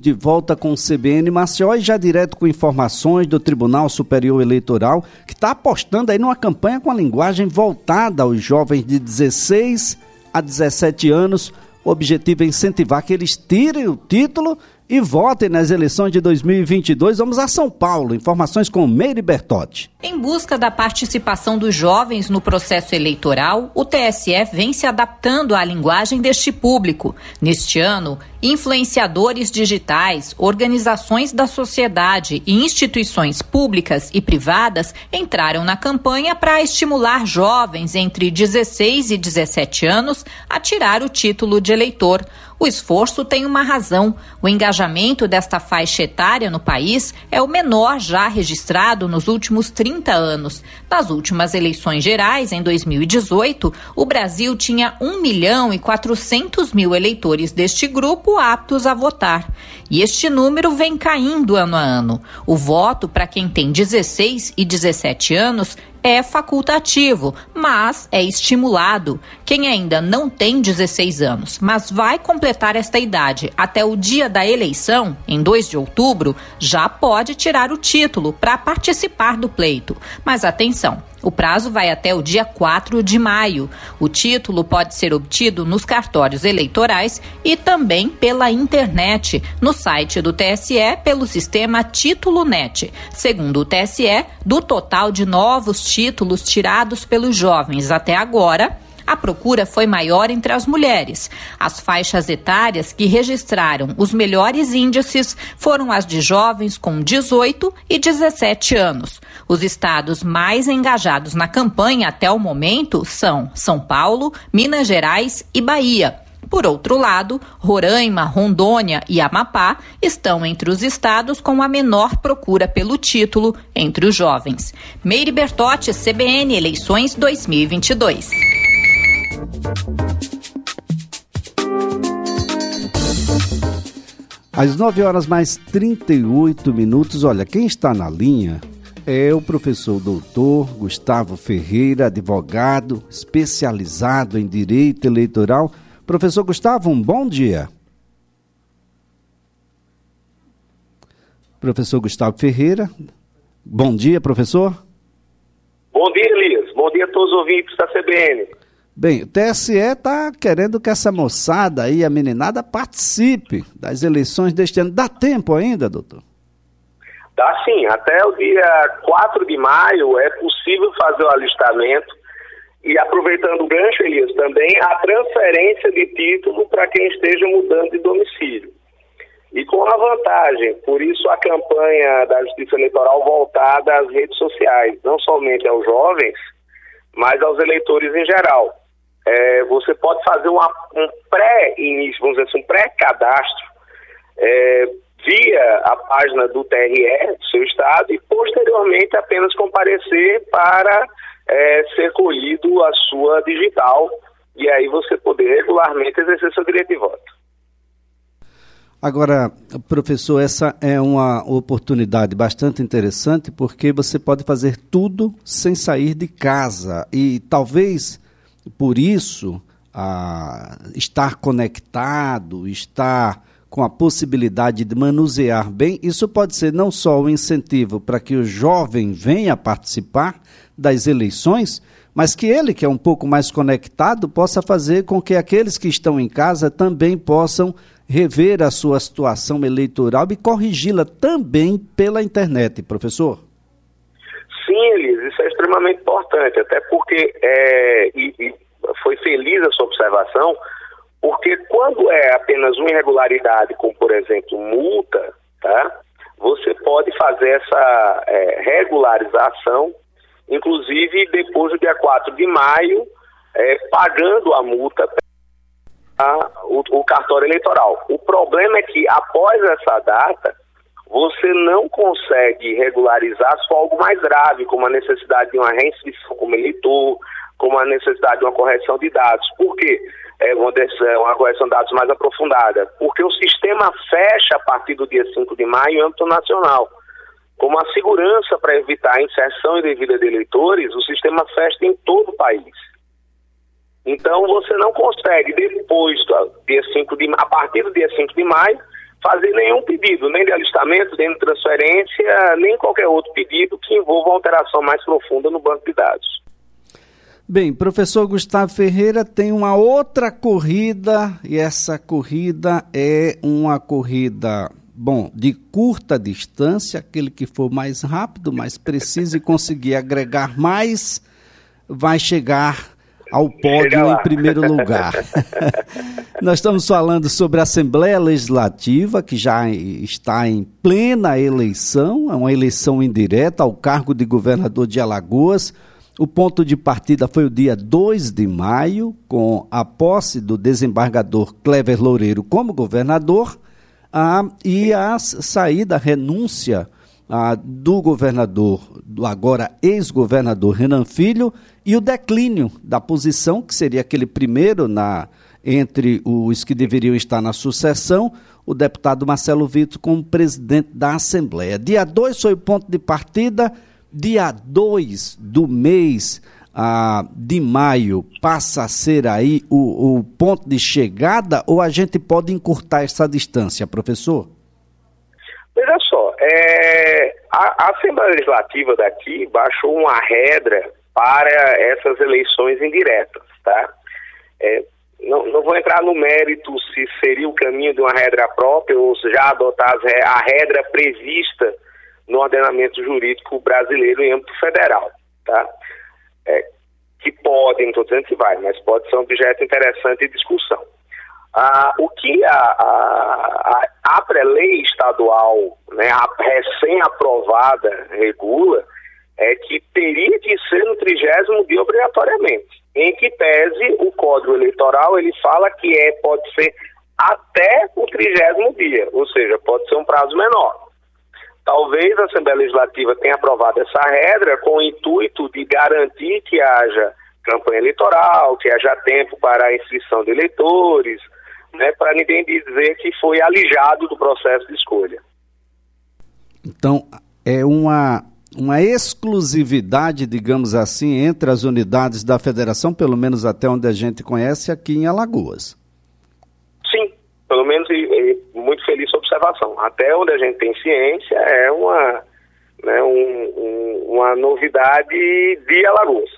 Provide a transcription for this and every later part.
de volta com o CBN Maceió e já direto com informações do Tribunal Superior Eleitoral, que está apostando aí numa campanha com a linguagem voltada aos jovens de 16 a 17 anos. O objetivo é incentivar que eles tirem o título e votem nas eleições de 2022. Vamos a São Paulo. Informações com Meire Bertotti. Em busca da participação dos jovens no processo eleitoral, o TSE vem se adaptando à linguagem deste público. Neste ano, influenciadores digitais, organizações da sociedade e instituições públicas e privadas entraram na campanha para estimular jovens entre 16 e 17 anos a tirar o título de eleitor. O esforço tem uma razão. O engajamento desta faixa etária no país é o menor já registrado nos últimos 30 anos. Nas últimas eleições gerais, em 2018, o Brasil tinha 1.400.000 eleitores deste grupo aptos a votar. E este número vem caindo ano a ano. O voto para quem tem 16 e 17 anos é facultativo, mas é estimulado. Quem ainda não tem 16 anos, mas vai completar esta idade até o dia da eleição, em 2 de outubro, já pode tirar o título para participar do pleito. Mas atenção, o prazo vai até o dia 4 de maio. O título pode ser obtido nos cartórios eleitorais e também pela internet, no site do TSE, pelo sistema Título Net. Segundo o TSE, do total de novos títulos tirados pelos jovens até agora, a procura foi maior entre as mulheres. As faixas etárias que registraram os melhores índices foram as de jovens com 18 e 17 anos. Os estados mais engajados na campanha até o momento são São Paulo, Minas Gerais e Bahia. Por outro lado, Roraima, Rondônia e Amapá estão entre os estados com a menor procura pelo título entre os jovens. Meire Bertotti, CBN, Eleições 2022. Às 9h mais 38. Olha, quem está na linha é o professor doutor Gustavo Ferreira, advogado especializado em direito eleitoral. Professor Gustavo, um bom dia. Professor Gustavo Ferreira. Bom dia, professor. Bom dia, Elias. Bom dia a todos os ouvintes da CBN. Bem, o TSE está querendo que essa moçada aí, a meninada, participe das eleições deste ano. Dá tempo ainda, doutor? Dá sim. Até o dia 4 de maio é possível fazer o alistamento. E aproveitando o gancho, Elias, também a transferência de título para quem esteja mudando de domicílio. E com a vantagem, por isso a campanha da Justiça Eleitoral voltada às redes sociais, não somente aos jovens, mas aos eleitores em geral. Você pode fazer um pré-início, vamos dizer assim, um pré-cadastro via a página do TRE do seu estado e posteriormente apenas comparecer para ser colhido a sua digital e aí você poder regularmente exercer seu direito de voto. Agora, professor, essa é uma oportunidade bastante interessante porque você pode fazer tudo sem sair de casa e talvez por isso estar conectado, estar com a possibilidade de manusear bem, isso pode ser não só um incentivo para que o jovem venha participar das eleições, mas que ele, que é um pouco mais conectado, possa fazer com que aqueles que estão em casa também possam rever a sua situação eleitoral e corrigi-la também pela internet, professor. Sim, Elisa, isso é extremamente importante, até porque foi feliz a sua observação, porque quando é apenas uma irregularidade, como por exemplo multa, tá? Você pode fazer essa regularização, inclusive depois do dia 4 de maio, pagando a multa o cartório eleitoral. O problema é que após essa data, você não consegue regularizar se for algo mais grave, como a necessidade de uma reinscrição como eleitor, como a necessidade de uma correção de dados. Por quê? Uma correção de dados mais aprofundada. Porque o sistema fecha a partir do dia 5 de maio em âmbito nacional. Como a segurança para evitar a inserção indevida de eleitores, o sistema fecha em todo o país. Então, você não consegue, depois do dia 5 de maio, a partir do dia 5 de maio, fazer nenhum pedido, nem de alistamento, nem de transferência, nem qualquer outro pedido que envolva uma alteração mais profunda no banco de dados. Bem, professor Gustavo Ferreira, tem uma outra corrida, e essa corrida é uma corrida, de curta distância, aquele que for mais rápido, mais preciso e conseguir agregar mais, vai chegar ao pódio em primeiro lugar. Nós estamos falando sobre a Assembleia Legislativa, que já está em plena eleição, é uma eleição indireta ao cargo de governador de Alagoas. O ponto de partida foi o dia 2 de maio, com a posse do desembargador Clever Loureiro como governador, e a saída, a renúncia do governador, do agora ex-governador Renan Filho, e o declínio da posição, que seria aquele primeiro entre os que deveriam estar na sucessão, o deputado Marcelo Vitor como presidente da Assembleia. Dia 2 foi o ponto de partida. Dia 2 do mês de maio passa a ser aí o ponto de chegada, ou a gente pode encurtar essa distância, professor? Veja só, a Assembleia Legislativa daqui baixou uma regra para essas eleições indiretas, tá? Não vou entrar no mérito se seria o caminho de uma regra própria ou se já adotar a regra prevista no ordenamento jurídico brasileiro em âmbito federal, tá? Que pode, não estou dizendo que vai, mas pode ser um objeto interessante de discussão. O que a pré-lei estadual, né, a recém-aprovada, regula, é que teria que ser no 30º dia obrigatoriamente, em que pese o Código Eleitoral, ele fala que pode ser até o 30º dia, ou seja, pode ser um prazo menor. Talvez a Assembleia Legislativa tenha aprovado essa regra com o intuito de garantir que haja campanha eleitoral, que haja tempo para a inscrição de eleitores, né, para ninguém dizer que foi alijado do processo de escolha. Então, é uma exclusividade, digamos assim, entre as unidades da federação, pelo menos até onde a gente conhece, aqui em Alagoas. Sim, pelo menos muito feliz sua observação. Até onde a gente tem ciência, é uma novidade de Alagoas.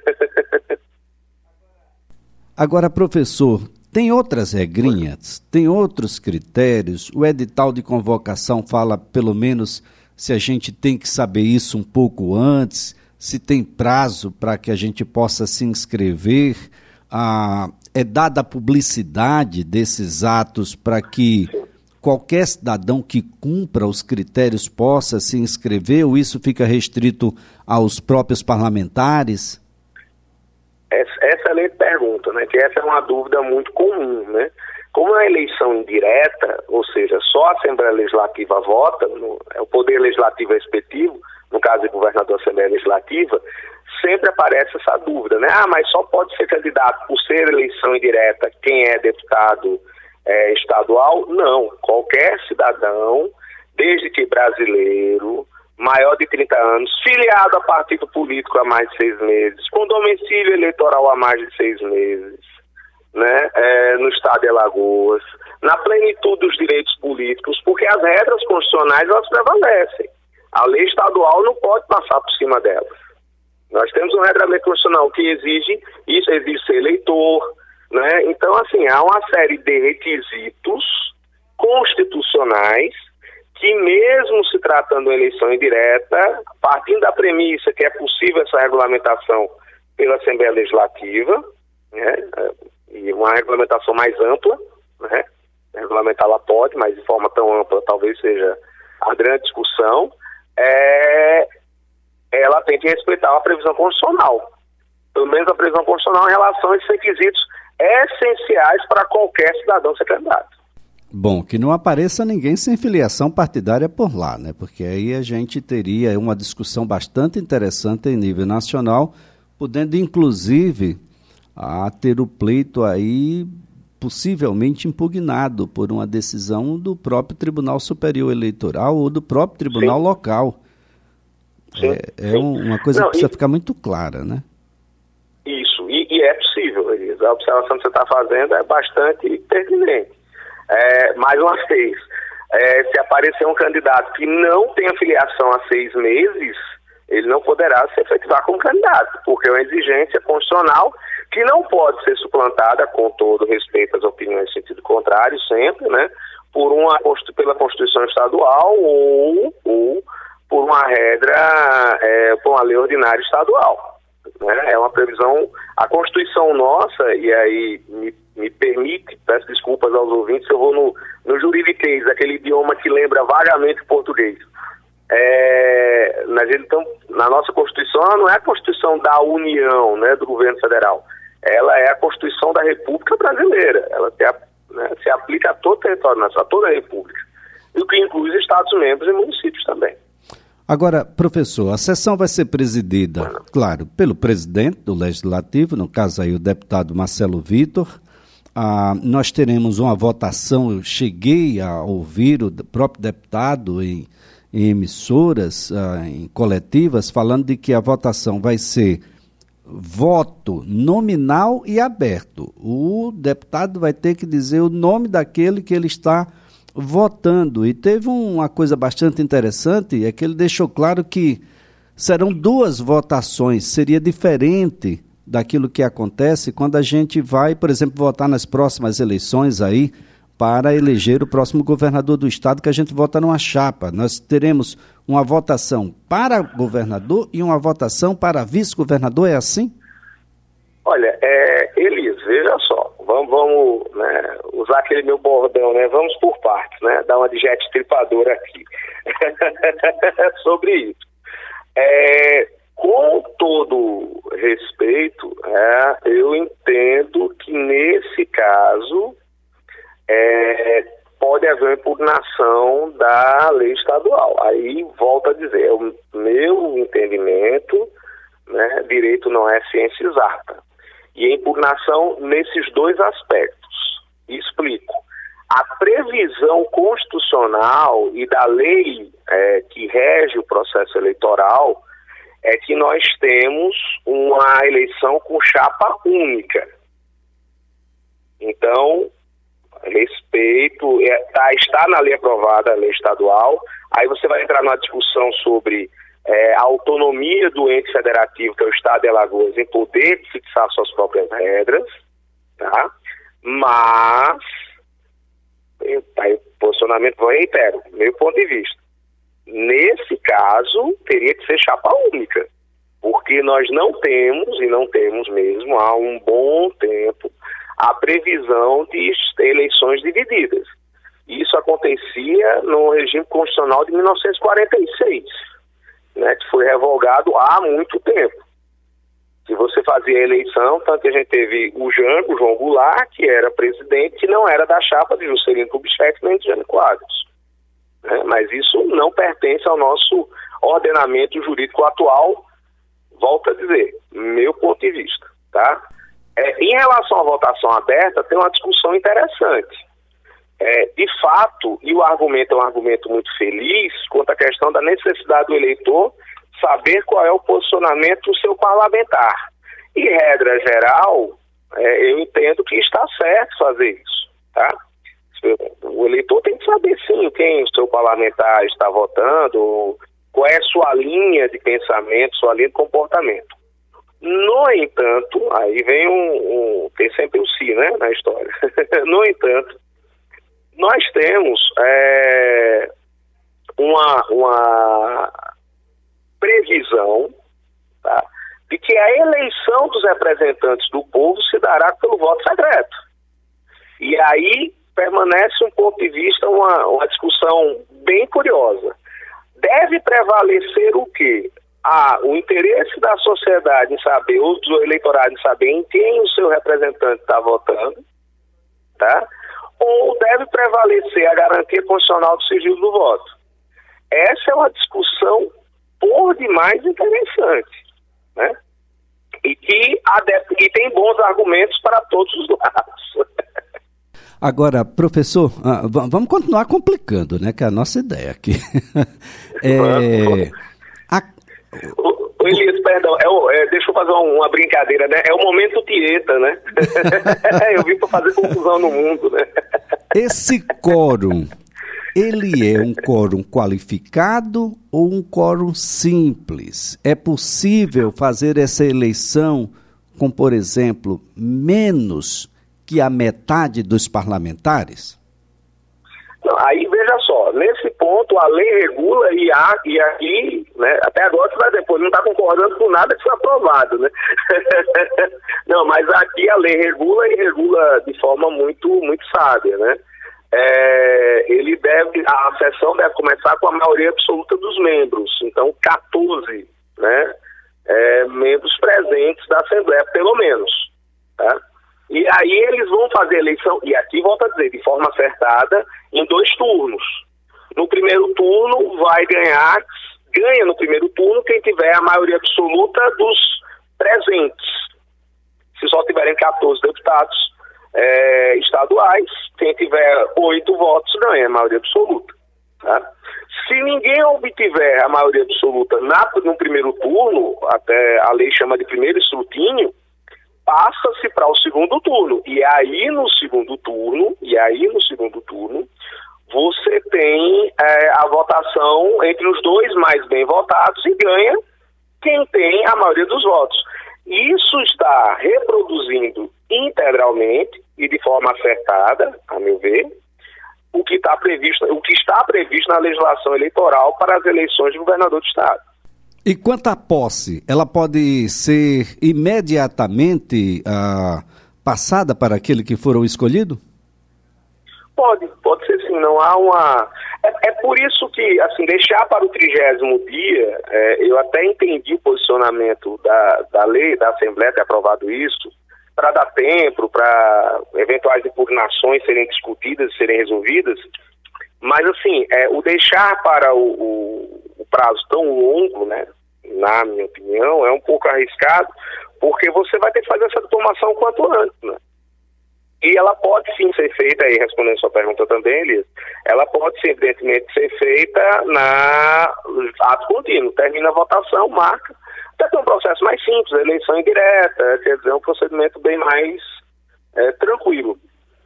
Agora, professor, tem outras regrinhas, tem outros critérios? O edital de convocação fala, pelo menos, se a gente tem que saber isso um pouco antes, se tem prazo para que a gente possa se inscrever, é dada a publicidade desses atos para que qualquer cidadão que cumpra os critérios possa se inscrever, ou isso fica restrito aos próprios parlamentares? Excelente pergunta, né? Que essa é uma dúvida muito comum, né? Como é uma eleição indireta, ou seja, só a Assembleia Legislativa vota, é o Poder Legislativo Executivo, no caso de governador da Assembleia Legislativa, sempre aparece essa dúvida, né? Mas só pode ser candidato por ser eleição indireta quem é deputado estadual? Não, qualquer cidadão, desde que brasileiro, maior de 30 anos, filiado a partido político há mais de 6 meses, com domicílio eleitoral há mais de 6 meses, né, no estado de Alagoas, na plenitude dos direitos políticos, porque as regras constitucionais, elas prevalecem. A lei estadual não pode passar por cima delas. Nós temos um regramento constitucional que exige ser eleitor, né? Então, assim, há uma série de requisitos constitucionais que, mesmo se tratando de uma eleição indireta, partindo da premissa que é possível essa regulamentação pela Assembleia Legislativa, né, e uma regulamentação mais ampla, né, regulamentá-la pode, mas de forma tão ampla talvez seja a grande discussão, ela tem que respeitar a previsão constitucional, pelo menos a previsão constitucional em relação a esses requisitos essenciais para qualquer cidadão ser candidato. Bom, que não apareça ninguém sem filiação partidária por lá, né? Porque aí a gente teria uma discussão bastante interessante em nível nacional, podendo inclusive ter o pleito aí possivelmente impugnado por uma decisão do próprio Tribunal Superior Eleitoral ou do próprio Tribunal Local. Uma coisa que precisa ficar muito clara, né? Isso, e é possível, Elias. A observação que você está fazendo é bastante pertinente. Mais uma vez, se aparecer um candidato que não tem filiação há 6 meses, ele não poderá se efetivar como candidato, porque é uma exigência constitucional que não pode ser suplantada, com todo respeito às opiniões em sentido contrário, sempre, né, pela Constituição Estadual ou por uma regra, por uma lei ordinária estadual. Né? É uma previsão, a Constituição nossa, e aí me permite, peço desculpas aos ouvintes, eu vou no juridiquês, aquele idioma que lembra vagamente o português. Então, na nossa Constituição, ela não é a Constituição da União, né, do governo federal. Ela é a Constituição da República Brasileira. Ela se aplica a todo o território nacional, a toda a República, e o que inclui os Estados-membros e municípios também. Agora, professor, a sessão vai ser presidida, claro, pelo presidente do Legislativo, no caso aí o deputado Marcelo Vitor. Nós teremos uma votação, eu cheguei a ouvir o próprio deputado em emissoras, em coletivas, falando de que a votação vai ser voto nominal e aberto. O deputado vai ter que dizer o nome daquele que ele está votando. E teve uma coisa bastante interessante, é que ele deixou claro que serão 2 votações, seria diferente daquilo que acontece quando a gente vai, por exemplo, votar nas próximas eleições aí para eleger o próximo governador do estado, que a gente vota numa chapa. Nós teremos uma votação para governador e uma votação para vice-governador, é assim? Olha, Elias, veja só, vamos né, usar aquele meu bordão, né? Vamos por partes, né? Dar uma digeste tripadora aqui sobre isso. Com todo respeito, eu entendo que nesse caso pode haver uma impugnação da lei estadual. Aí, volto a dizer, é o meu entendimento, né? Direito não é ciência exata. E a impugnação nesses 2 aspectos. Explico. A previsão constitucional e da lei que rege o processo eleitoral é que nós temos uma eleição com chapa única. Então, respeito, está na lei aprovada, a lei estadual. Aí você vai entrar numa discussão sobre a autonomia do ente federativo, que é o Estado de Alagoas, em poder fixar suas próprias regras, tá? Mas, aí o posicionamento, eu reitero, meu ponto de vista, nesse caso, teria que ser chapa única, porque nós não temos, e não temos mesmo, há um bom tempo, a previsão de eleições divididas. Isso acontecia no regime constitucional de 1946, né, que foi revogado há muito tempo. Se você fazia a eleição, tanto que a gente teve o João Goulart, que era presidente, que não era da chapa de Juscelino Kubitschek nem de Jânio Quadros. Mas isso não pertence ao nosso ordenamento jurídico atual, volto a dizer, meu ponto de vista, tá? Em relação à votação aberta, tem uma discussão interessante. De fato, e o argumento é um argumento muito feliz, quanto à questão da necessidade do eleitor saber qual é o posicionamento do seu parlamentar. E, regra geral, eu entendo que está certo fazer isso, tá? O eleitor tem que saber, sim, quem o seu parlamentar está votando, qual é a sua linha de pensamento, sua linha de comportamento. No entanto, aí vem tem sempre o si, né, na história. No entanto, nós temos uma previsão, tá, de que a eleição dos representantes do povo se dará pelo voto secreto. E aí permanece um ponto de vista, uma discussão bem curiosa. Deve prevalecer o quê? O interesse da sociedade em saber, ou do eleitorado em saber em quem o seu representante está votando, tá? Ou deve prevalecer a garantia constitucional do sigilo do voto? Essa é uma discussão por demais interessante, né? E que tem bons argumentos para todos os lados. Agora, professor, vamos continuar complicando, né? Que é a nossa ideia aqui. Elias, perdão, deixa eu fazer uma brincadeira, né? É o momento Tieta, né? Eu vim para fazer confusão no mundo, né? Esse quórum ele é um quórum qualificado ou um quórum simples? É possível fazer essa eleição com, por exemplo, menos que a metade dos parlamentares? Não, aí veja só, nesse ponto a lei regula e aqui, né, até agora você vai dizer, pô, não está concordando com nada que foi aprovado, né? Não, mas aqui a lei regula e regula de forma muito, muito sábia, né? A sessão deve começar com a maioria absoluta dos membros, então 14, né, membros presentes da Assembleia, pelo menos, tá? E aí eles vão fazer a eleição, e aqui volto a dizer, de forma acertada, em 2 turnos. No primeiro turno ganha no primeiro turno quem tiver a maioria absoluta dos presentes. Se só tiverem 14 deputados estaduais, quem tiver 8 votos ganha a maioria absoluta. Tá? Se ninguém obtiver a maioria absoluta no primeiro turno, até a lei chama de primeiro escrutínio, passa-se para o segundo turno. E aí no segundo turno, você tem a votação entre os 2 mais bem votados e ganha quem tem a maioria dos votos. Isso está reproduzindo integralmente e de forma acertada, a meu ver, o que está previsto na legislação eleitoral para as eleições de governador de estado. E quanto à posse, ela pode ser imediatamente passada para aquele que for o escolhido? Pode ser sim, não há uma... É por isso que, assim, deixar para o 30º dia, eu até entendi o posicionamento da lei, da Assembleia ter aprovado isso, para dar tempo, para eventuais impugnações serem discutidas, serem resolvidas, mas assim, o deixar para o prazo tão longo, né, na minha opinião, é um pouco arriscado, porque você vai ter que fazer essa tomação quanto antes, né? E ela pode sim ser feita, aí respondendo a sua pergunta também, Elias, ela pode sim, evidentemente, ser feita na ato contínuo. Termina a votação, marca, até que é um processo mais simples, eleição indireta, quer dizer, é um procedimento bem mais tranquilo.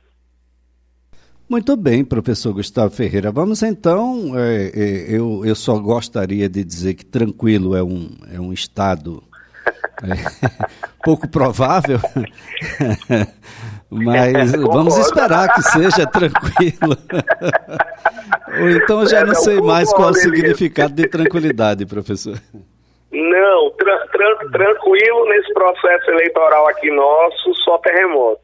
Muito bem, professor Gustavo Ferreira. Vamos então, eu só gostaria de dizer que tranquilo é um estado pouco provável, mas vamos esperar que seja tranquilo. Ou então já não sei mais qual o significado de tranquilidade, professor. Não, tranquilo nesse processo eleitoral aqui nosso, só terremoto.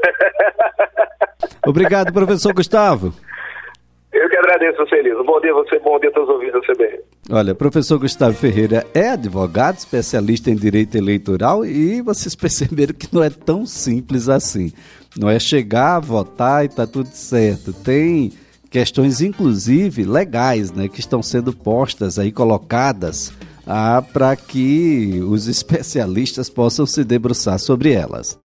Obrigado, professor Gustavo. Eu que agradeço, Celso. Bom dia a você, bom dia a todos os ouvintes da CBN. Olha, professor Gustavo Ferreira é advogado, especialista em direito eleitoral, e vocês perceberam que não é tão simples assim. Não é chegar, votar e está tudo certo. Tem questões, inclusive, legais, né, que estão sendo postas aí, colocadas para que os especialistas possam se debruçar sobre elas.